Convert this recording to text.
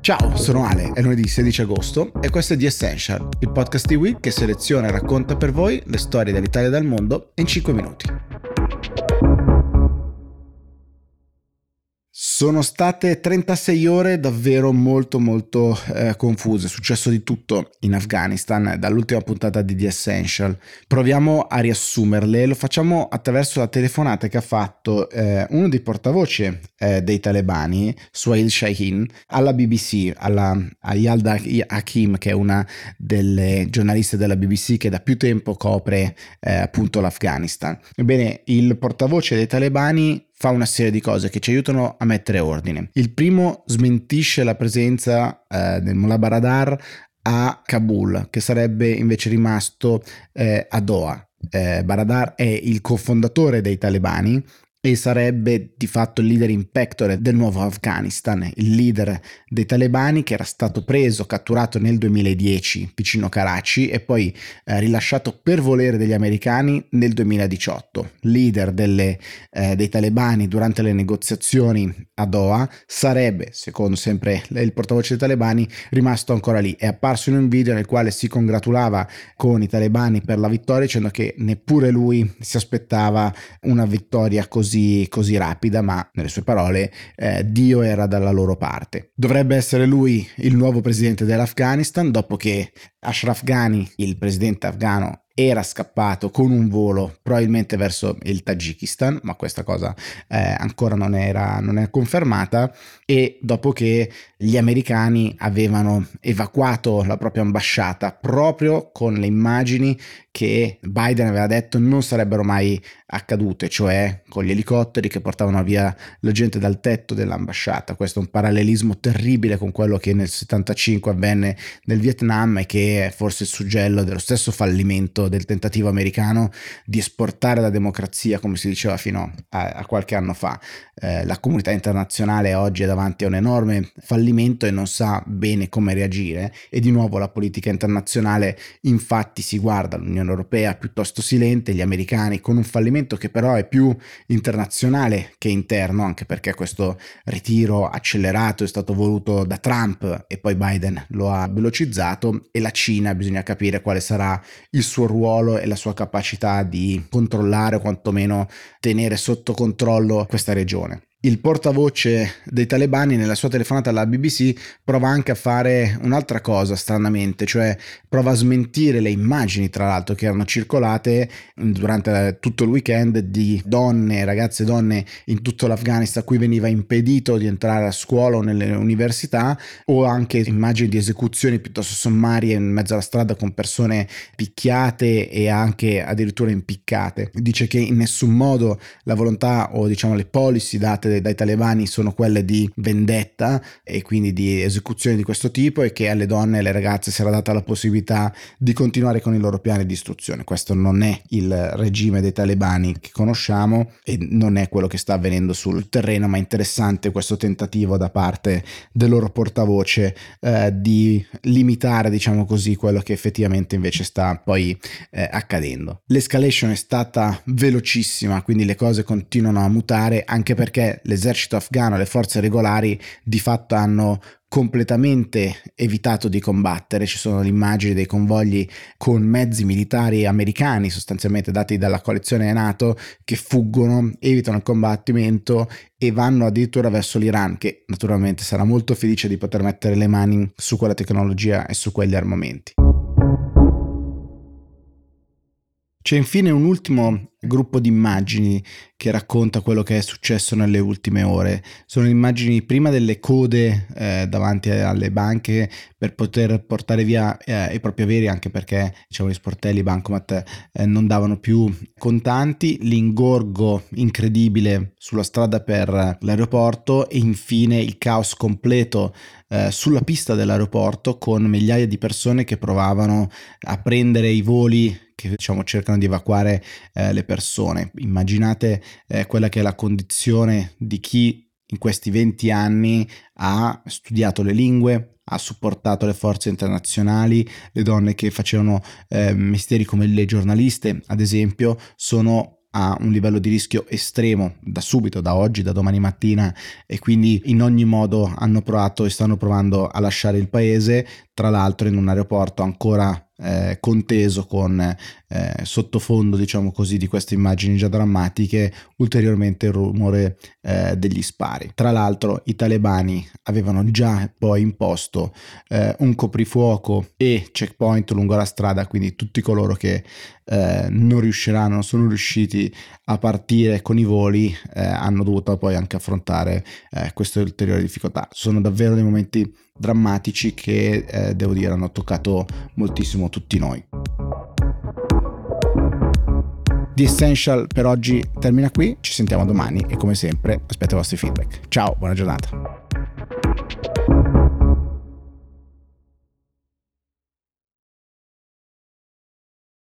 Ciao, sono Ale, è lunedì 16 agosto e questo è The Essential, il podcast di Week che seleziona e racconta per voi le storie dell'Italia e del mondo in 5 minuti. Sono state 36 ore davvero molto confuse, è successo di tutto in Afghanistan dall'ultima puntata di The Essential. Proviamo a riassumerle, lo facciamo attraverso la telefonata che ha fatto uno dei portavoce dei talebani, Suhail Shaheen, alla BBC, a Yalda Hakim, che è una delle giornaliste della BBC che da più tempo copre appunto l'Afghanistan. Ebbene, il portavoce dei talebani fa una serie di cose che ci aiutano a mettere ordine. Il primo smentisce la presenza del Mullah Baradar a Kabul, che sarebbe invece rimasto a Doha. Baradar è il cofondatore dei talebani e sarebbe di fatto il leader in pectore del nuovo Afghanistan, il leader dei talebani che era stato preso, catturato nel 2010 vicino Karachi e poi rilasciato per volere degli americani nel 2018. Leader dei talebani durante le negoziazioni a Doha, sarebbe, secondo sempre il portavoce dei talebani, rimasto ancora lì. È apparso in un video nel quale si congratulava con i talebani per la vittoria, dicendo che neppure lui si aspettava una vittoria così rapida, ma nelle sue parole Dio era dalla loro parte. Dovrebbe essere lui il nuovo presidente dell'Afghanistan, dopo che Ashraf Ghani, il presidente afghano, era scappato con un volo probabilmente verso il Tagikistan, ma questa cosa ancora non è confermata, e dopo che gli americani avevano evacuato la propria ambasciata proprio con le immagini che Biden aveva detto non sarebbero mai accadute, cioè con gli elicotteri che portavano via la gente dal tetto dell'ambasciata. Questo è un parallelismo terribile con quello che nel 75 avvenne nel Vietnam e che è forse il suggello dello stesso fallimento del tentativo americano di esportare la democrazia, come si diceva fino a qualche anno fa. La comunità internazionale oggi è davanti a un enorme fallimento e non sa bene come reagire, e di nuovo la politica internazionale infatti si guarda l'Unione Europea piuttosto silente, gli americani con un fallimento che però è più internazionale che interno, anche perché questo ritiro accelerato è stato voluto da Trump e poi Biden lo ha velocizzato, e la Cina bisogna capire quale sarà il suo ruolo e la sua capacità di controllare o quantomeno tenere sotto controllo questa regione. Il portavoce dei talebani nella sua telefonata alla BBC prova anche a fare un'altra cosa stranamente, cioè prova a smentire le immagini, tra l'altro, che erano circolate durante tutto il weekend di ragazze donne in tutto l'Afghanistan a cui veniva impedito di entrare a scuola o nelle università, o anche immagini di esecuzioni piuttosto sommarie in mezzo alla strada con persone picchiate e anche addirittura impiccate. Dice che in nessun modo la volontà o diciamo le policy date dai talebani sono quelle di vendetta e quindi di esecuzioni di questo tipo, e che alle donne e alle ragazze sarà data la possibilità di continuare con i loro piani di istruzione. Questo non è il regime dei talebani che conosciamo e non è quello che sta avvenendo sul terreno, ma è interessante questo tentativo da parte del loro portavoce di limitare, diciamo così, quello che effettivamente invece sta poi accadendo. L'escalation è stata velocissima, quindi le cose continuano a mutare, anche perché l'esercito afghano, le forze regolari di fatto hanno completamente evitato di combattere. Ci sono le immagini dei convogli con mezzi militari americani, sostanzialmente dati dalla coalizione NATO, che fuggono, evitano il combattimento e vanno addirittura verso l'Iran, che naturalmente sarà molto felice di poter mettere le mani su quella tecnologia e su quegli armamenti. C'è infine un ultimo gruppo di immagini che racconta quello che è successo nelle ultime ore. Sono immagini prima delle code davanti alle banche per poter portare via i propri averi, anche perché diciamo gli sportelli, i bancomat non davano più contanti, l'ingorgo incredibile sulla strada per l'aeroporto e infine il caos completo sulla pista dell'aeroporto, con migliaia di persone che provavano a prendere i voli che diciamo cercano di evacuare le persone. Immaginate quella che è la condizione di chi in questi 20 anni ha studiato le lingue, ha supportato le forze internazionali. Le donne che facevano mestieri come le giornaliste, ad esempio, sono a un livello di rischio estremo da subito, da oggi, da domani mattina, e quindi in ogni modo hanno provato e stanno provando a lasciare il paese, tra l'altro in un aeroporto ancora conteso, con sottofondo, diciamo così, di queste immagini già drammatiche, ulteriormente il rumore degli spari. Tra l'altro i talebani avevano già poi imposto un coprifuoco e checkpoint lungo la strada, quindi tutti coloro che non sono riusciti a partire con i voli hanno dovuto poi anche affrontare queste ulteriori difficoltà. Sono davvero dei momenti drammatici che devo dire hanno toccato moltissimo tutti noi. The Essential per oggi termina qui, ci sentiamo domani e come sempre aspetto i vostri feedback. Ciao, buona giornata.